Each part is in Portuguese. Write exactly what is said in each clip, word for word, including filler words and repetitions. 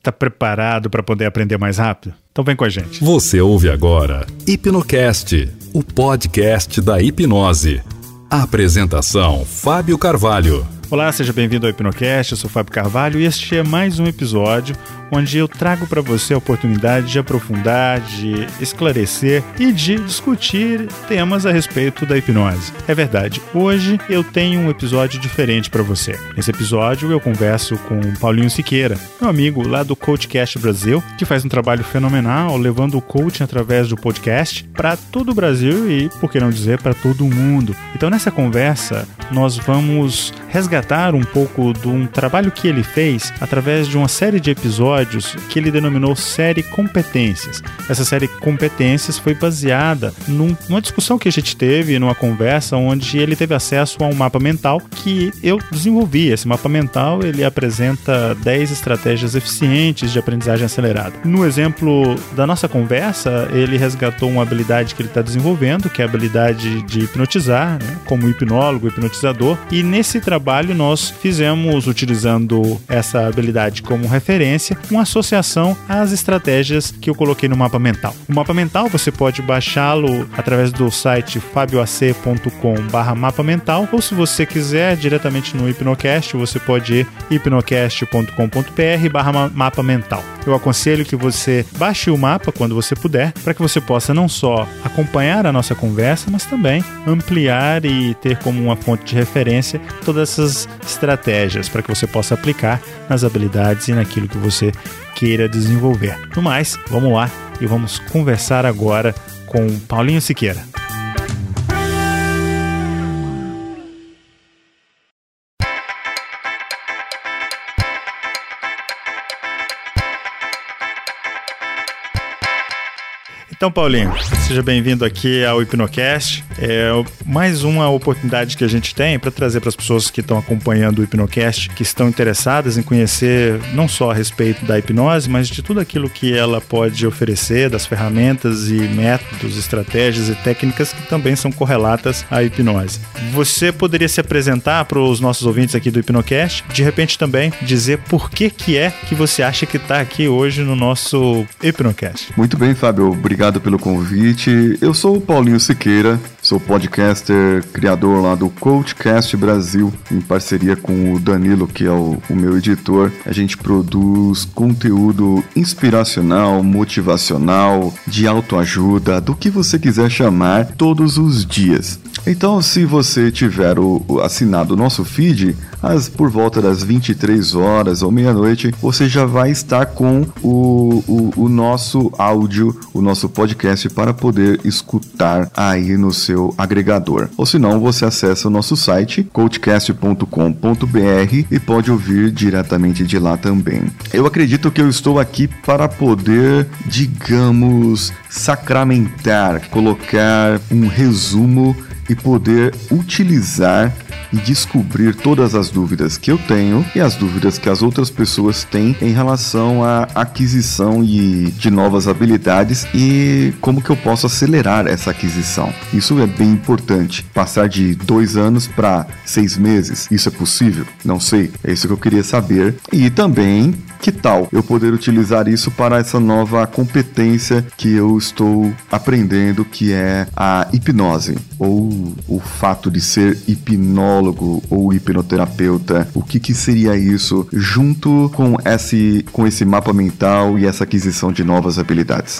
Tá preparado para poder aprender mais rápido? Então vem com a gente. Você ouve agora Hipnocast, o podcast da hipnose. A apresentação, Fábio Carvalho. Olá, seja bem-vindo ao Hipnocast, eu sou o Fábio Carvalho e este é mais um episódio onde eu trago para você a oportunidade de aprofundar, de esclarecer e de discutir temas a respeito da hipnose. É verdade, hoje eu tenho um episódio diferente para você. Nesse episódio eu converso com o Paulinho Siqueira, meu amigo lá do CoachCast Brasil, que faz um trabalho fenomenal levando o coaching através do podcast para todo o Brasil e, por que não dizer, para todo o mundo. Então nessa conversa nós vamos resgatar um pouco de um trabalho que ele fez através de uma série de episódios que ele denominou série Competências. Essa série Competências foi baseada num, numa discussão que a gente teve, numa conversa onde ele teve acesso a um mapa mental que eu desenvolvi. Esse mapa mental ele apresenta dez estratégias eficientes de aprendizagem acelerada. No exemplo da nossa conversa, ele resgatou uma habilidade que ele está desenvolvendo, que é a habilidade de hipnotizar, né, como hipnólogo, hipnotizador, e nesse trabalho nós fizemos, utilizando essa habilidade como referência, uma associação às estratégias que eu coloquei no mapa mental. O mapa mental você pode baixá-lo através do site fabioac ponto com barra mapa mental, ou se você quiser diretamente no Hipnocast, você pode ir hipnocast ponto com ponto br barra mapa mental. Eu aconselho que você baixe o mapa quando você puder, para que você possa não só acompanhar a nossa conversa, mas também ampliar e ter como uma fonte de referência todas essas estratégias para que você possa aplicar nas habilidades e naquilo que você queira desenvolver. No mais, vamos lá e vamos conversar agora com Paulinho Siqueira. Então, Paulinho, seja bem-vindo aqui ao Hipnocast. É mais uma oportunidade que a gente tem para trazer para as pessoas que estão acompanhando o Hipnocast, que estão interessadas em conhecer não só a respeito da hipnose, mas de tudo aquilo que ela pode oferecer, das ferramentas e métodos, estratégias e técnicas que também são correlatas à hipnose. Você poderia se apresentar para os nossos ouvintes aqui do Hipnocast, de repente também dizer por que que é que você acha que está aqui hoje no nosso Hipnocast. Muito bem, Fábio. Obrigado pelo convite. Eu sou o Paulinho Siqueira, sou podcaster, criador lá do CoachCast Brasil, em parceria com o Danilo, que é o, o meu editor. A gente produz conteúdo inspiracional, motivacional, de autoajuda, do que você quiser chamar, todos os dias. Então, se você tiver o, o, assinado o nosso feed, as, por volta das vinte e três horas ou meia-noite, você já vai estar com o, o, o nosso áudio, o nosso podcast para poder escutar aí no seu agregador. Ou se não, você acessa o nosso site, coachcast ponto com ponto br, e pode ouvir diretamente de lá também. Eu acredito que eu estou aqui para poder, digamos, sacramentar, colocar um resumo e poder utilizar e descobrir todas as dúvidas que eu tenho e as dúvidas que as outras pessoas têm em relação à aquisição e de novas habilidades e como que eu posso acelerar essa aquisição. Isso é bem importante. Passar de dois anos para seis meses, isso é possível? Não sei. É isso que eu queria saber. E também, que tal eu poder utilizar isso para essa nova competência que eu estou aprendendo, que é a hipnose, ou o fato de ser hipnólogo ou hipnoterapeuta. O que que seria isso junto com esse, com esse mapa mental e essa aquisição de novas habilidades?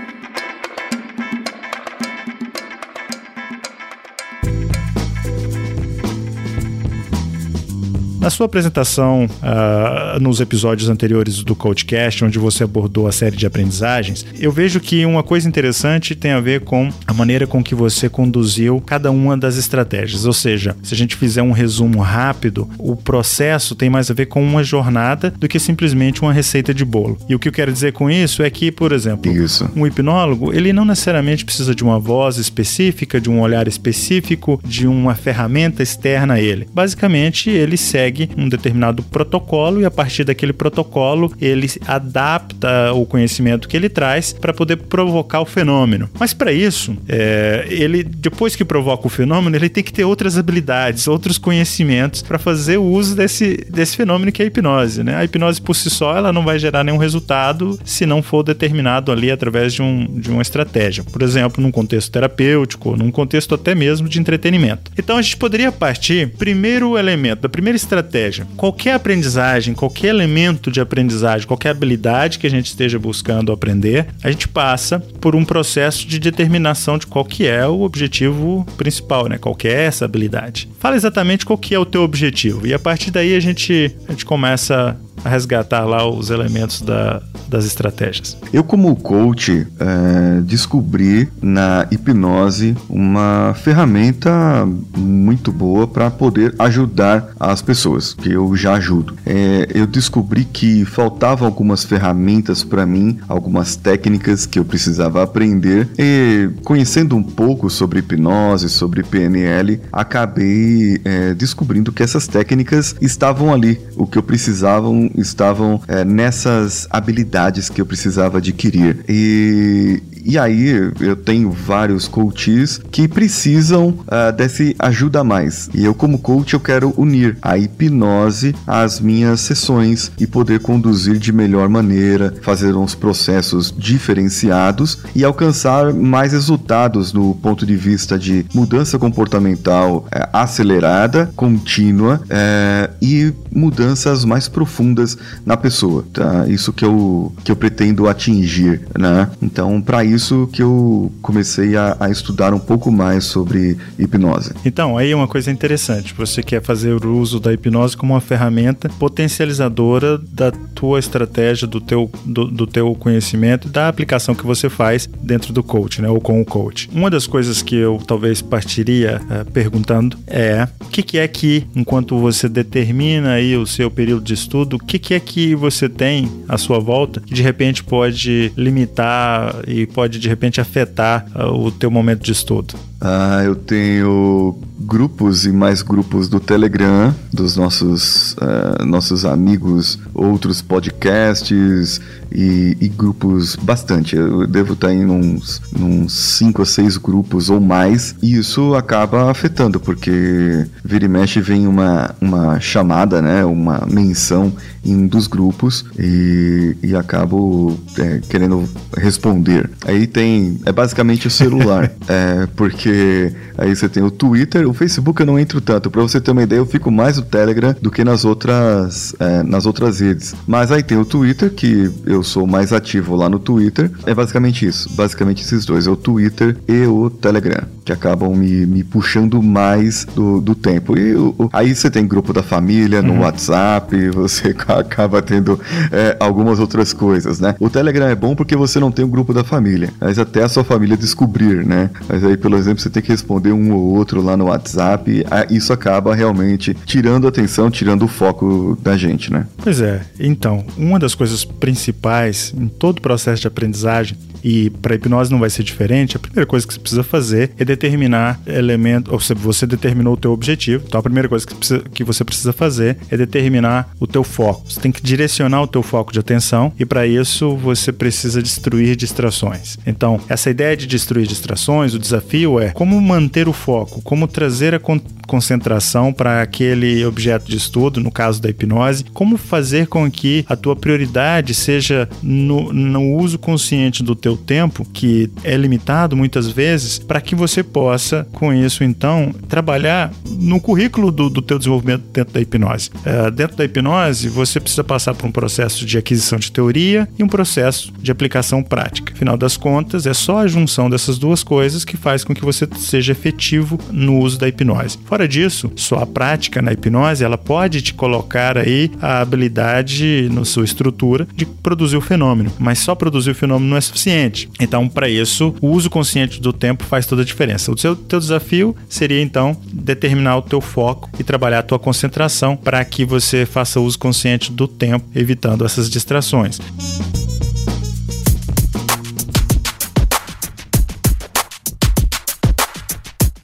Na sua apresentação uh, nos episódios anteriores do CoachCast, onde você abordou a série de aprendizagens, eu vejo que uma coisa interessante tem a ver com a maneira com que você conduziu cada uma das estratégias. Ou seja, se a gente fizer um resumo rápido, o processo tem mais a ver com uma jornada do que simplesmente uma receita de bolo. E o que eu quero dizer com isso é que, por exemplo, isso. um hipnólogo, ele não necessariamente precisa de uma voz específica, de um olhar específico, de uma ferramenta externa a ele. Basicamente, ele segue segue um determinado protocolo e a partir daquele protocolo ele adapta o conhecimento que ele traz para poder provocar o fenômeno. Mas para isso, é, ele depois que provoca o fenômeno, ele tem que ter outras habilidades, outros conhecimentos para fazer o uso desse, desse fenômeno que é a hipnose, né? A hipnose por si só ela não vai gerar nenhum resultado se não for determinado ali através de, um, de uma estratégia. Por exemplo, num contexto terapêutico, num contexto até mesmo de entretenimento. Então a gente poderia partir, primeiro elemento, da primeira estratégia. Qualquer aprendizagem, qualquer elemento de aprendizagem, qualquer habilidade que a gente esteja buscando aprender, a gente passa por um processo de determinação de qual que é o objetivo principal, né? Qual que é essa habilidade. Fala exatamente qual que é o teu objetivo e a partir daí a gente, a gente começa a resgatar lá os elementos da, das estratégias. Eu, como coach, é, descobri na hipnose uma ferramenta muito boa para poder ajudar as pessoas, que eu já ajudo. É, eu descobri que faltavam algumas ferramentas para mim, algumas técnicas que eu precisava aprender e, conhecendo um pouco sobre hipnose, sobre P N L, acabei é, descobrindo que essas técnicas estavam ali, o que eu precisava estavam é, nessas habilidades que eu precisava adquirir. E, e aí eu tenho vários coaches que precisam uh, dessa ajuda a mais. E eu, como coach, eu quero unir a hipnose às minhas sessões e poder conduzir de melhor maneira, fazer uns processos diferenciados e alcançar mais resultados no ponto de vista de mudança comportamental é, acelerada, contínua é, e mudanças mais profundas na pessoa, tá? Isso que eu, que eu pretendo atingir, né? Então, para isso que eu comecei a, a estudar um pouco mais sobre hipnose. Então, aí é uma coisa interessante. Você quer fazer o uso da hipnose como uma ferramenta potencializadora da tua estratégia, do teu, do, do teu conhecimento, da aplicação que você faz dentro do coach, né? Ou com o coach. Uma das coisas que eu talvez partiria uh, perguntando é o que, que é que, enquanto você determina aí o seu período de estudo, o que, que é que você tem à sua volta que de repente pode limitar e pode de repente afetar uh, o teu momento de estudo? Ah, eu tenho grupos e mais grupos do Telegram, dos nossos, uh, nossos amigos, outros podcasts e, e grupos bastante. Eu devo estar em uns, uns cinco ou seis grupos ou mais e isso acaba afetando, porque vira e mexe vem uma, uma chamada, né, uma menção em um dos grupos e, e acabo é, querendo responder. Aí tem, é basicamente o celular, é, porque aí você tem o Twitter, o Facebook eu não entro tanto. Pra você ter uma ideia, eu fico mais no Telegram do que nas outras, é, nas outras redes. Mas aí tem o Twitter, que eu sou mais ativo lá no Twitter. É basicamente isso. Basicamente esses dois. É o Twitter e o Telegram, que acabam me, me puxando mais do, do tempo. E o, o, aí você tem grupo da família no uhum. WhatsApp, você acaba tendo é, algumas outras coisas, né? O Telegram é bom porque você não tem um grupo da família. Mas até a sua família descobrir, né? Mas aí, pelo exemplo, você tem que responder um ou outro lá no WhatsApp. Isso acaba realmente tirando a atenção, tirando o foco da gente, né? Pois é. Então, uma das coisas principais em todo o processo de aprendizagem, e para a hipnose não vai ser diferente, a primeira coisa que você precisa fazer é determinar elemento, ou seja, você determinou o teu objetivo, então a primeira coisa que, precisa, que você precisa fazer é determinar o teu foco. Você tem que direcionar o teu foco de atenção e para isso você precisa destruir distrações. Então, essa ideia de destruir distrações, o desafio é como manter o foco, como trazer a con- concentração para aquele objeto de estudo, no caso da hipnose, como fazer com que a tua prioridade seja no, no uso consciente do teu tempo, que é limitado muitas vezes, para que você possa, com isso, então, trabalhar no currículo do, do teu desenvolvimento dentro da hipnose. É, dentro da hipnose, você precisa passar por um processo de aquisição de teoria e um processo de aplicação prática. Afinal das contas, é só a junção dessas duas coisas que faz com que você seja efetivo no uso da hipnose. Fora disso, só a prática na hipnose, ela pode te colocar aí a habilidade, na sua estrutura, de produzir o fenômeno, mas só produzir o fenômeno não é suficiente. Então, para isso, o uso consciente do tempo faz toda a diferença. O seu teu desafio seria, então, determinar o teu foco e trabalhar a tua concentração para que você faça uso consciente do tempo, evitando essas distrações.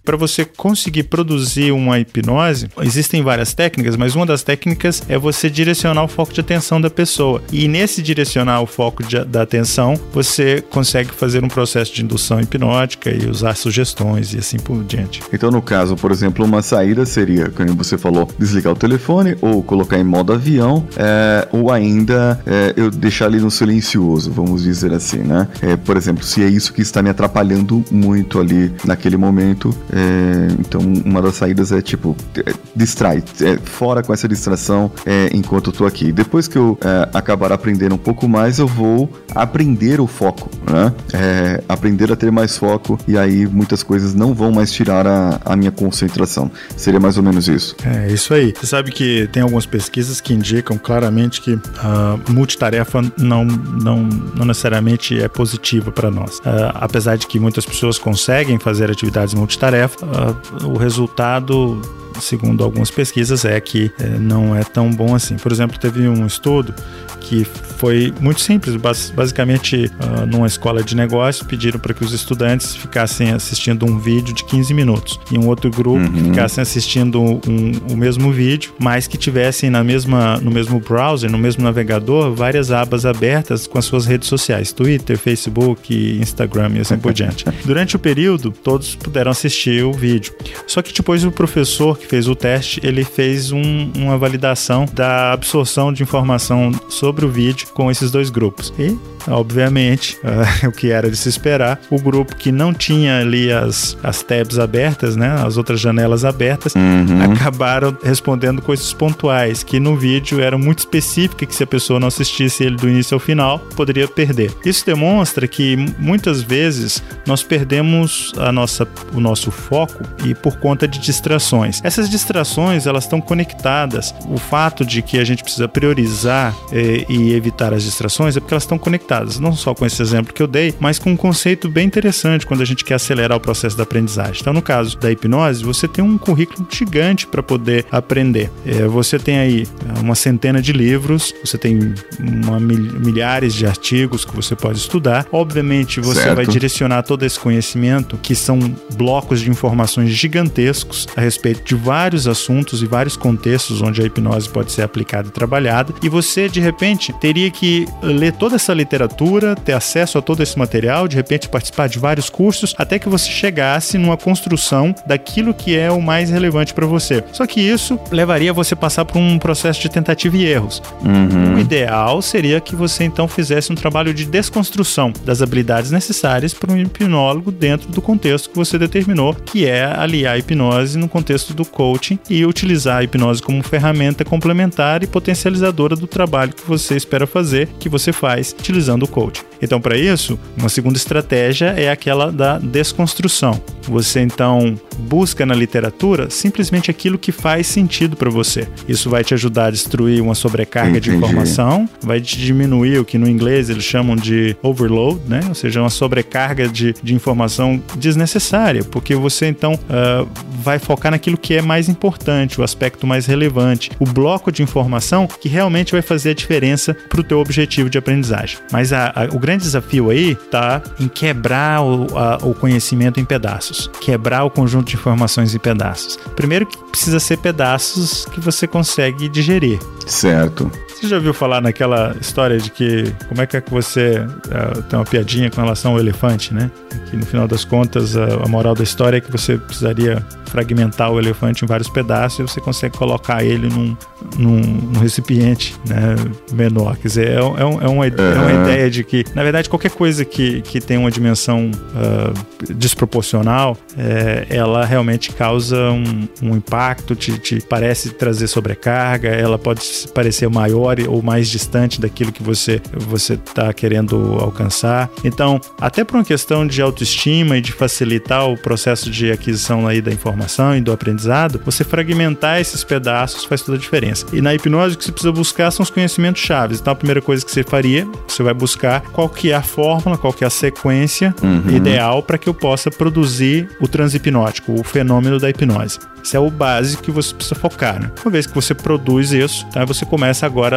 para você conseguir produzir uma hipnose, existem várias técnicas, mas uma das técnicas é você direcionar o foco de atenção da pessoa. E nesse direcionar o foco de, da atenção, você consegue fazer um processo de indução hipnótica e usar sugestões e assim por diante. Então, no caso, por exemplo, uma saída seria, como você falou, desligar o telefone ou colocar em modo avião, é, ou ainda é, eu deixar ali no silencioso, vamos dizer assim, né? É, por exemplo, se é isso que está me atrapalhando muito ali naquele momento, é, então uma das saídas é tipo, é, distrai, é, fora com essa distração é, enquanto eu tô aqui. Depois que eu é, acabar aprendendo um pouco mais, eu vou aprender o foco, né? É, aprender a ter mais foco, e aí muitas coisas não vão mais tirar a, a minha concentração. Seria mais ou menos isso. É, isso aí. Você sabe que tem algumas pesquisas que indicam claramente que a multitarefa não, não, não necessariamente é positiva para nós. Uh, apesar de que muitas pessoas conseguem fazer atividades multitarefa, uh, o resultado, segundo algumas pesquisas, é que é, não é tão bom assim. Por exemplo, teve um estudo que foi muito simples, basicamente uh, numa escola de negócios pediram para que os estudantes ficassem assistindo um vídeo de quinze minutos e um outro grupo uhum. ficassem assistindo um, o mesmo vídeo, mas que tivessem na mesma, no mesmo browser, no mesmo navegador, várias abas abertas com as suas redes sociais, Twitter, Facebook, Instagram e assim por diante. Durante o período, todos puderam assistir o vídeo. Só que depois o professor que fez o teste, ele fez um, uma validação da absorção de informação sobre o vídeo com esses dois grupos. E, obviamente, uh, o que era de se esperar, o grupo que não tinha ali as, as tabs abertas, né, as outras janelas abertas, uhum. acabaram respondendo coisas pontuais, que no vídeo eram muito específicas, que se a pessoa não assistisse ele do início ao final, poderia perder. Isso demonstra que, muitas vezes, nós perdemos a nossa, o nosso foco e por conta de distrações. Essas distrações, elas estão conectadas. O fato de que a gente precisa priorizar eh, e evitar as distrações é porque elas estão conectadas, não só com esse exemplo que eu dei, mas com um conceito bem interessante quando a gente quer acelerar o processo da aprendizagem. Então, no caso da hipnose, você tem um currículo gigante para poder aprender. É, você tem aí uma centena de livros, você tem uma, milhares de artigos que você pode estudar. Obviamente, você certo. vai direcionar todo esse conhecimento, que são blocos de informações gigantescos a respeito de vários assuntos e vários contextos onde a hipnose pode ser aplicada e trabalhada, e você, de repente, teria que ler toda essa literatura, ter acesso a todo esse material, de repente participar de vários cursos, até que você chegasse numa construção daquilo que é o mais relevante para você. Só que isso levaria você a passar por um processo de tentativa e erros. Uhum. O ideal seria que você, então, fizesse um trabalho de desconstrução das habilidades necessárias para um hipnólogo dentro do contexto que você determinou, que é aliar a hipnose no contexto do coaching e utilizar a hipnose como ferramenta complementar e potencializadora do trabalho que você espera fazer, que você faz utilizando o coaching. Então, para isso, uma segunda estratégia é aquela da desconstrução. Você, então, busca na literatura simplesmente aquilo que faz sentido para você. Isso vai te ajudar a destruir uma sobrecarga Entendi. de informação, vai te diminuir o que no inglês eles chamam de overload, né? Ou seja, uma sobrecarga de, de informação desnecessária, porque você, então, uh, vai focar naquilo que é mais importante, o aspecto mais relevante, o bloco de informação que realmente vai fazer a diferença para o teu objetivo de aprendizagem. Mas a, a, o grande desafio aí está em quebrar o, a, o conhecimento em pedaços, quebrar o conjunto de informações em pedaços. Primeiro que precisa ser pedaços que você consegue digerir. Certo. Você já ouviu falar naquela história de que como é que é que você uh, tem uma piadinha com relação ao elefante, né? Que no final das contas a, a moral da história é que você precisaria fragmentar o elefante em vários pedaços e você consegue colocar ele num, num, num recipiente, né, menor. Quer dizer, é, é, um, é, uma, é uma ideia de que, na verdade, qualquer coisa que, que tem uma dimensão uh, desproporcional, é, ela realmente causa um, um impacto, te, te parece trazer sobrecarga, ela pode parecer maior ou mais distante daquilo que você você está querendo alcançar. Então, até por uma questão de autoestima e de facilitar o processo de aquisição aí da informação e do aprendizado, você fragmentar esses pedaços faz toda a diferença. E na hipnose o que você precisa buscar são os conhecimentos chaves. Então, a primeira coisa que você faria, você vai buscar qual que é a fórmula, qual que é a sequência uhum. ideal para que eu possa produzir o transe hipnótico, o fenômeno da hipnose. Isso é o básico que você precisa focar, né? Uma vez que você produz isso, tá, você começa agora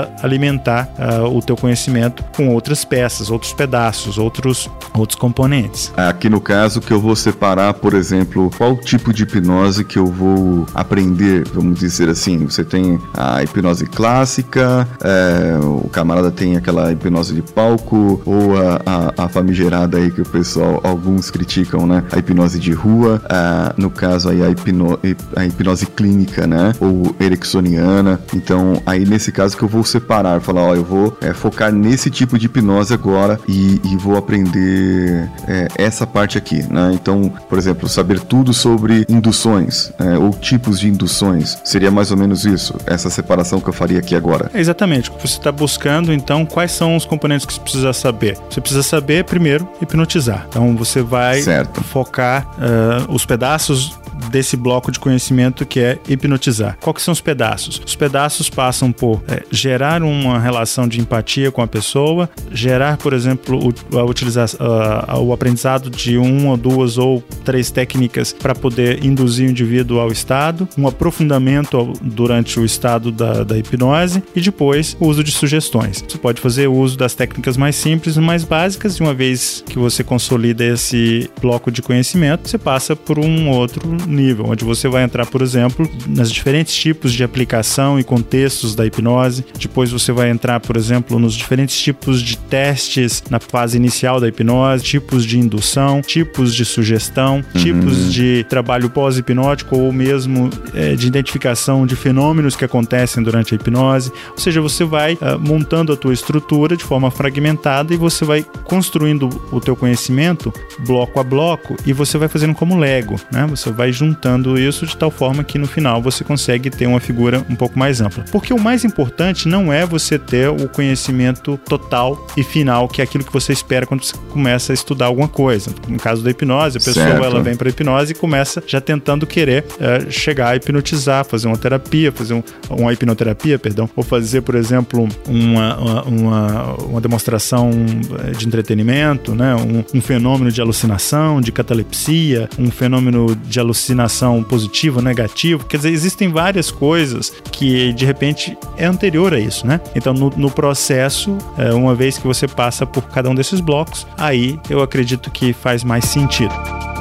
para alimentar uh, o teu conhecimento com outras peças, outros pedaços, outros, outros componentes. Aqui no caso que eu vou separar, por exemplo, qual tipo de hipnose que eu vou aprender, vamos dizer assim. Você tem a hipnose clássica, é, o camarada tem aquela hipnose de palco, ou a, a, a famigerada aí que o pessoal, alguns criticam, né? A hipnose de rua, a, no caso aí a, hipno, a hipnose clínica, né? Ou ericksoniana. Então, aí nesse caso que eu vou separar, falar, ó, eu vou é, focar nesse tipo de hipnose agora e, e vou aprender é, essa parte aqui, né? Então, por exemplo, saber tudo sobre induções, é, ou tipos de induções, seria mais ou menos isso, essa separação que eu faria aqui agora. É exatamente, você está buscando, então, quais são os componentes que você precisa saber? Você precisa saber, primeiro, hipnotizar. Então, você vai certo. focar uh, os pedaços desse bloco de conhecimento que é hipnotizar. Qual que são os pedaços? Os pedaços passam por é, gerar uma relação de empatia com a pessoa, gerar, por exemplo, o, a utilização, uh, o aprendizado de uma, duas ou três técnicas para poder induzir o indivíduo ao estado, um aprofundamento ao, durante o estado da, da hipnose e depois o uso de sugestões. Você pode fazer o uso das técnicas mais simples e mais básicas e uma vez que você consolida esse bloco de conhecimento, você passa por um outro nível, onde você vai entrar, por exemplo, nos diferentes tipos de aplicação e contextos da hipnose. Depois você vai entrar, por exemplo, nos diferentes tipos de testes na fase inicial da hipnose, tipos de indução, tipos de sugestão, uhum. tipos de trabalho pós-hipnótico ou mesmo é, de identificação de fenômenos que acontecem durante a hipnose. Ou seja, você vai uh, montando a tua estrutura de forma fragmentada e você vai construindo o teu conhecimento bloco a bloco e você vai fazendo como Lego, né? Você vai juntando isso de tal forma que no final você consegue ter uma figura um pouco mais ampla. Porque o mais importante não é você ter o conhecimento total e final, que é aquilo que você espera quando você começa a estudar alguma coisa. No caso da hipnose, a pessoa certo. ela vem para a hipnose e começa já tentando querer uh, chegar a hipnotizar, fazer uma terapia, fazer um, uma hipnoterapia, perdão, ou fazer, por exemplo, uma, uma, uma, uma demonstração de entretenimento, né? um, um fenômeno de alucinação, de catalepsia, um fenômeno de alucinação positiva, negativo, quer dizer, existem várias coisas que de repente é anterior a isso, né? Então no, no processo, é, uma vez que você passa por cada um desses blocos, aí eu acredito que faz mais sentido.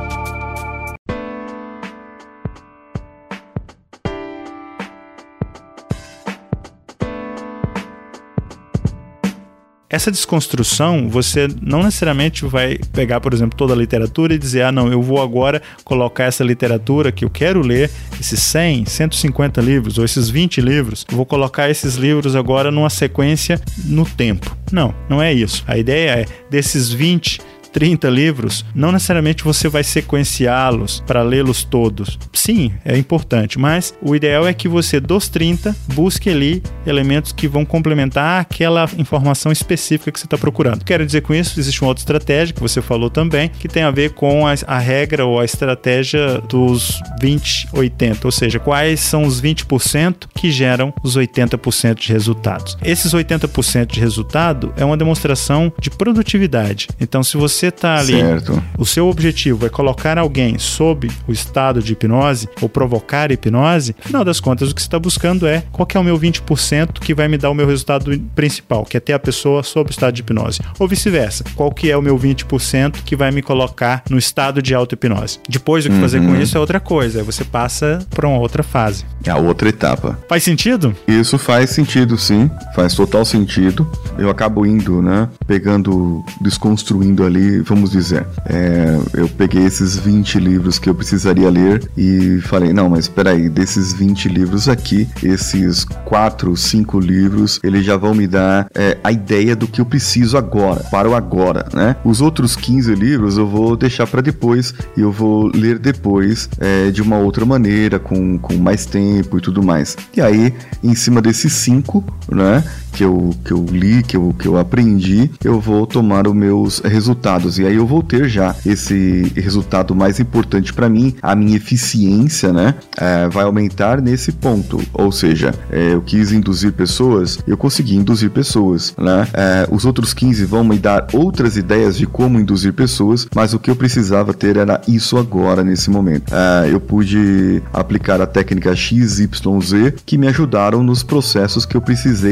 Essa desconstrução, você não necessariamente vai pegar, por exemplo, toda a literatura e dizer, ah, não, eu vou agora colocar essa literatura que eu quero ler, esses cem, cento e cinquenta livros, ou esses vinte livros, eu vou colocar esses livros agora numa sequência no tempo. Não, não é isso. A ideia é, desses vinte, trinta livros, não necessariamente você vai sequenciá-los para lê-los todos. Sim, é importante, mas o ideal é que você, dos trinta, busque ali elementos que vão complementar aquela informação específica que você está procurando. Quero dizer com isso, existe uma outra estratégia que você falou também, que tem a ver com a, a regra ou a estratégia dos vinte oitenta, ou seja, quais são os vinte por cento que geram os oitenta por cento de resultados. Esses oitenta por cento de resultado é uma demonstração de produtividade. Então, se você está ali, certo. O seu objetivo é colocar alguém sob o estado de hipnose ou provocar hipnose, no final das contas o que você está buscando é qual que é o meu vinte por cento que vai me dar o meu resultado principal, que é ter a pessoa sob o estado de hipnose, ou vice-versa, qual que é o meu vinte por cento que vai me colocar no estado de auto-hipnose. Depois o que uhum. fazer com isso é outra coisa, aí você passa para uma outra fase. É a outra etapa. Faz sentido? Isso faz sentido, sim, faz total sentido. Eu acabo indo, né, pegando, desconstruindo ali, vamos dizer, é, eu peguei esses vinte livros que eu precisaria ler e falei, não, mas espera aí, desses vinte livros aqui, esses quatro, cinco livros, eles já vão me dar é, a ideia do que eu preciso agora, para o agora, né? Os outros quinze livros eu vou deixar para depois e eu vou ler depois é, de uma outra maneira, com, com mais tempo e tudo mais. E aí, em cima desses cinco, né, que eu, que eu li, que eu, que eu aprendi, eu vou tomar os meus resultados. E aí eu vou ter já esse resultado mais importante para mim, a minha eficiência, né, é, vai aumentar nesse ponto. Ou seja, é, eu quis induzir pessoas, eu consegui induzir pessoas, né? É, os outros quinze vão me dar outras ideias de como induzir pessoas, mas o que eu precisava ter era isso agora, nesse momento. É, eu pude aplicar a técnica X Y Z que me ajudaram nos processos que eu precisei agora.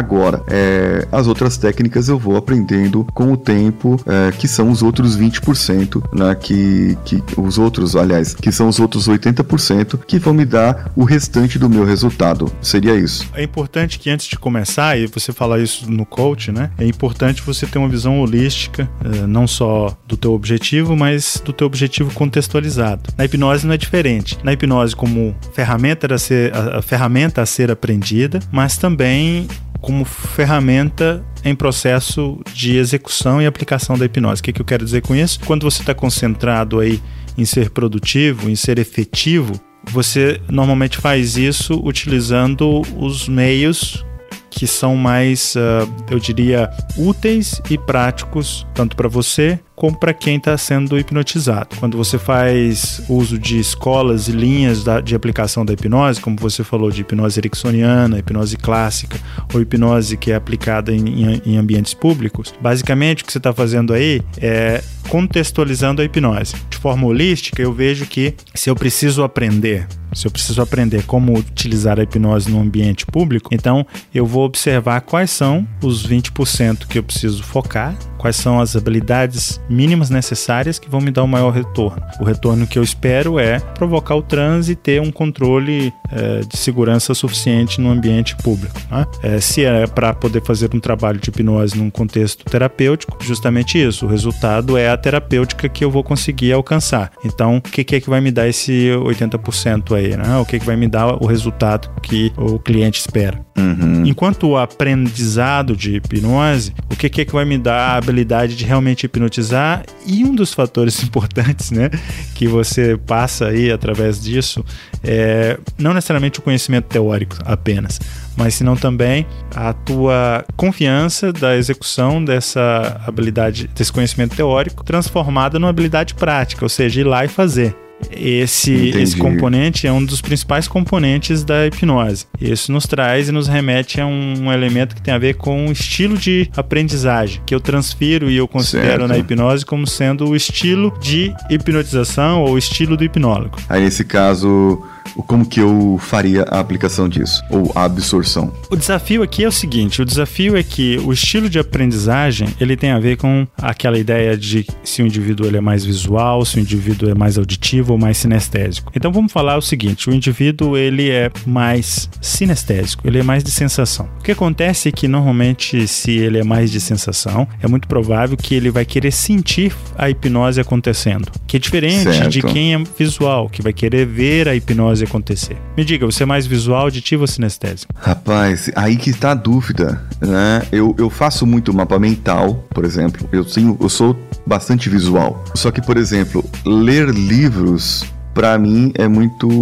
Agora, é, as outras técnicas eu vou aprendendo com o tempo, é, que são os outros vinte por cento, né, que, que os outros, aliás, que são os outros oitenta por cento que vão me dar o restante do meu resultado. Seria isso. É importante que antes de começar, e você fala isso no coach, né? É importante você ter uma visão holística, não só do teu objetivo, mas do teu objetivo contextualizado. Na hipnose não é diferente. Na hipnose como ferramenta a ser, a, a ferramenta a ser aprendida, mas também como ferramenta em processo de execução e aplicação da hipnose. O que, que eu quero dizer com isso? Quando você está concentrado aí em ser produtivo, em ser efetivo, você normalmente faz isso utilizando os meios que são mais, uh, eu diria, úteis e práticos, tanto para você como para quem está sendo hipnotizado. Quando você faz uso de escolas e linhas da, de aplicação da hipnose, como você falou de hipnose ericksoniana, hipnose clássica ou hipnose que é aplicada em, em, em ambientes públicos, basicamente o que você está fazendo aí é contextualizando a hipnose. De forma holística, eu vejo que se eu preciso aprender, se eu preciso aprender como utilizar a hipnose no ambiente público, então eu vou observar quais são os vinte por cento que eu preciso focar, quais são as habilidades mínimas necessárias que vão me dar o maior retorno. O retorno que eu espero é provocar o transe e ter um controle é, de segurança suficiente no ambiente público, né? É, se é para poder fazer um trabalho de hipnose num contexto terapêutico, justamente isso, o resultado é a terapêutica que eu vou conseguir alcançar. Então, o que, que é que vai me dar esse oitenta por cento aí, né? O que, que vai me dar o resultado que o cliente espera? Uhum. Enquanto o aprendizado de hipnose, o que, que é que vai me dar a habilidade de realmente hipnotizar? E um dos fatores importantes, né, que você passa aí através disso é não necessariamente o conhecimento teórico apenas, mas senão também a tua confiança da execução dessa habilidade, desse conhecimento teórico transformada numa habilidade prática, ou seja, ir lá e fazer. Esse, esse componente é um dos principais componentes da hipnose. Isso nos traz e nos remete a um, um elemento que tem a ver com o estilo de aprendizagem, que eu transfiro e eu considero certo. Na hipnose como sendo o estilo de hipnotização ou o estilo do hipnólogo. Aí nesse caso, como que eu faria a aplicação disso? Ou a absorção? O desafio aqui é o seguinte, o desafio é que o estilo de aprendizagem, ele tem a ver com aquela ideia de se o indivíduo ele é mais visual, se o indivíduo é mais auditivo ou mais sinestésico. Então vamos falar o seguinte, o indivíduo ele é mais sinestésico, ele é mais de sensação. O que acontece é que normalmente se ele é mais de sensação, é muito provável que ele vai querer sentir a hipnose acontecendo, que é diferente certo. De quem é visual, que vai querer ver a hipnose acontecer. Me diga, você é mais visual, auditivo ou sinestésico? Rapaz, aí que está a dúvida, né? Eu, eu faço muito mapa mental, por exemplo. Eu, tenho, eu sou bastante visual. Só que, por exemplo, ler livros, pra mim, é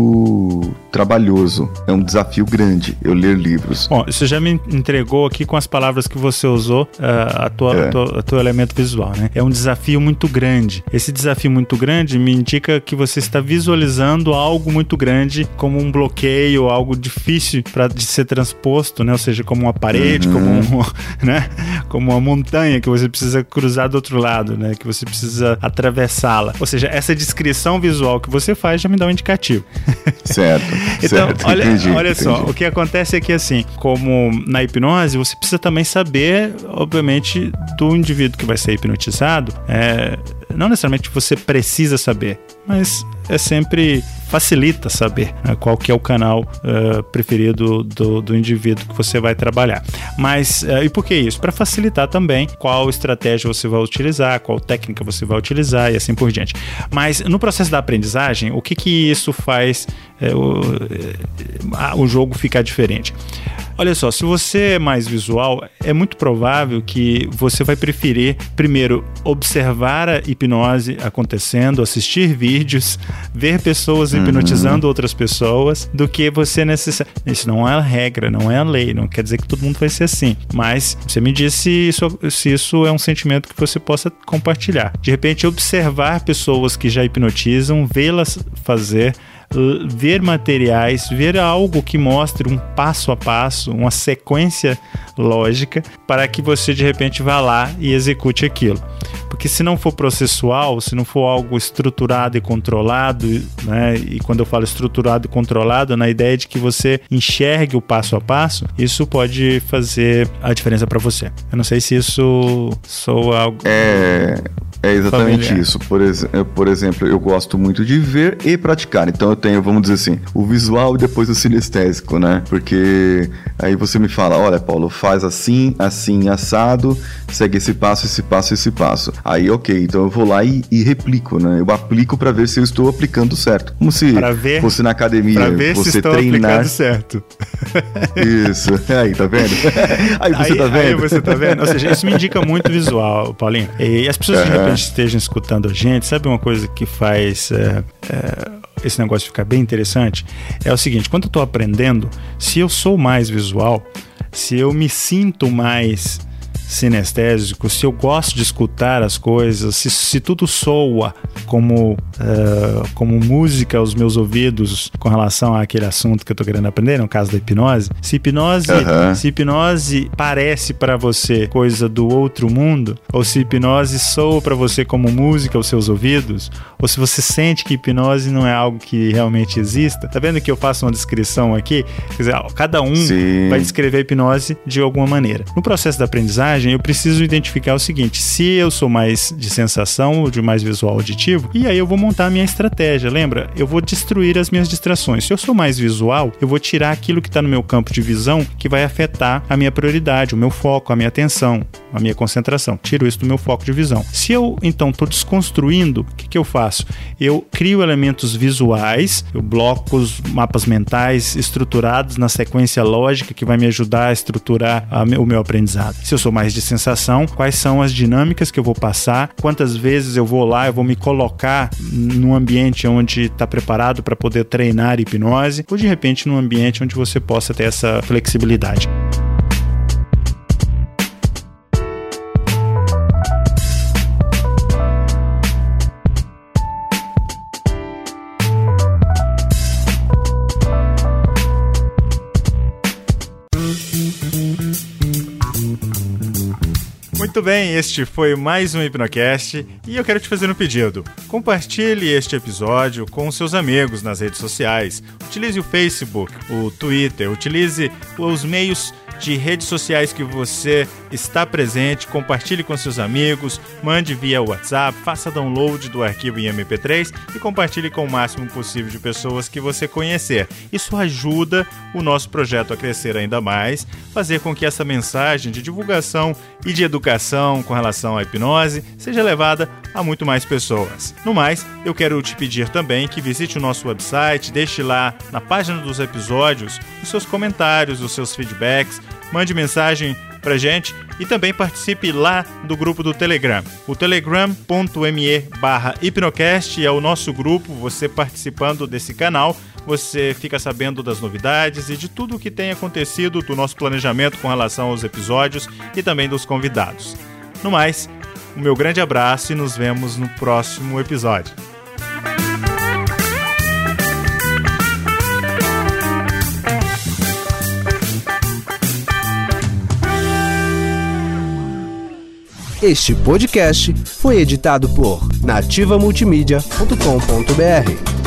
muito trabalhoso. É um desafio grande eu ler livros. Bom, você já me entregou aqui com as palavras que você usou uh, a tua, é. a tua, a teu elemento visual, né? É um desafio muito grande. Esse desafio muito grande me indica que você está visualizando algo muito grande como um bloqueio, algo difícil pra, de ser transposto, né? Ou seja, como uma parede, uhum. como, um, né? como uma montanha que você precisa cruzar do outro lado, né? Que você precisa atravessá-la. Ou seja, essa descrição visual que você faz já me dá um indicativo. Certo. Então, certo, olha, entendi, olha entendi. só, o que acontece é que assim, como na hipnose, você precisa também saber, obviamente, do indivíduo que vai ser hipnotizado, é, não necessariamente você precisa saber, mas é sempre facilita saber, né, qual que é o canal uh, preferido do, do indivíduo que você vai trabalhar. Mas, uh, e por que isso? Para facilitar também qual estratégia você vai utilizar, qual técnica você vai utilizar e assim por diante. Mas no processo da aprendizagem, o que que isso faz uh, o, uh, o jogo ficar diferente? Olha só, se você é mais visual, é muito provável que você vai preferir, primeiro, observar a hipnose acontecendo, assistir vídeos, ver pessoas hipnotizando uhum. outras pessoas, do que você necessariamente... Isso não é a regra, não é a lei, não quer dizer que todo mundo vai ser assim. Mas você me diz se isso, se isso é um sentimento que você possa compartilhar. De repente, observar pessoas que já hipnotizam, vê-las fazer, ver materiais, ver algo que mostre um passo a passo, uma sequência lógica, para que você de repente vá lá e execute aquilo. Porque se não for processual, se não for algo estruturado e controlado, né? E quando eu falo estruturado e controlado, na ideia de que você enxergue o passo a passo, isso pode fazer a diferença para você. Eu não sei se isso soa algo... É... É exatamente familiar. Isso. Por, ex- por exemplo, eu gosto muito de ver e praticar. Então eu tenho, vamos dizer assim, o visual e depois o sinestésico, né? Porque aí você me fala, olha, Paulo, faz assim, assim, assado, segue esse passo, esse passo, esse passo. Aí, ok, então eu vou lá e, e replico, né? Eu aplico para ver se eu estou aplicando certo. Como se ver, fosse na academia, pra ver você se estou treinar. aplicando certo. Isso. Aí, tá vendo? Aí você aí, tá vendo? Aí você tá vendo? Ou seja, isso me indica muito visual, Paulinho. E as pessoas que Uhum. estejam escutando a gente, sabe uma coisa que faz é, é, esse negócio ficar bem interessante? É o seguinte, quando eu tô aprendendo, se eu sou mais visual, se eu me sinto mais sinestésico, se eu gosto de escutar as coisas, se, se tudo soa como, uh, como música aos meus ouvidos com relação àquele assunto que eu tô querendo aprender, no caso da hipnose, se hipnose, uhum. se hipnose parece para você coisa do outro mundo, ou se hipnose soa para você como música aos seus ouvidos, ou se você sente que hipnose não é algo que realmente exista, tá vendo que eu faço uma descrição aqui? Quer dizer, cada um Sim. vai descrever a hipnose de alguma maneira. No processo da aprendizagem, eu preciso identificar o seguinte, se eu sou mais de sensação ou de mais visual auditivo, e aí eu vou montar a minha estratégia, lembra? Eu vou destruir as minhas distrações. Se eu sou mais visual, eu vou tirar aquilo que está no meu campo de visão que vai afetar a minha prioridade, o meu foco, a minha atenção, a minha concentração. Tiro isso do meu foco de visão. Se eu, então, estou desconstruindo, o que, que eu faço? Eu crio elementos visuais, eu bloco os mapas mentais estruturados na sequência lógica que vai me ajudar a estruturar a me, o meu aprendizado. Se eu sou mais de sensação, quais são as dinâmicas que eu vou passar, quantas vezes eu vou lá, eu vou me colocar num ambiente onde está preparado para poder treinar hipnose, ou de repente num ambiente onde você possa ter essa flexibilidade. Muito bem, este foi mais um Hipnocast e eu quero te fazer um pedido. Compartilhe este episódio com seus amigos nas redes sociais. Utilize o Facebook, o Twitter, utilize os meios de redes sociais que você está presente, compartilhe com seus amigos, mande via WhatsApp, faça download do arquivo em M P três e compartilhe com o máximo possível de pessoas que você conhecer. Isso ajuda o nosso projeto a crescer ainda mais, fazer com que essa mensagem de divulgação e de educação com relação à hipnose seja levada a muito mais pessoas. No mais, eu quero te pedir também que visite o nosso website, deixe lá na página dos episódios os seus comentários, os seus feedbacks, mande mensagem pra gente e também participe lá do grupo do Telegram. O telegram ponto me barra hipnocast é o nosso grupo. Você participando desse canal, você fica sabendo das novidades e de tudo o que tem acontecido do nosso planejamento com relação aos episódios e também dos convidados. No mais, o meu grande abraço e nos vemos no próximo episódio. Este podcast foi editado por nativa multimídia ponto com ponto br.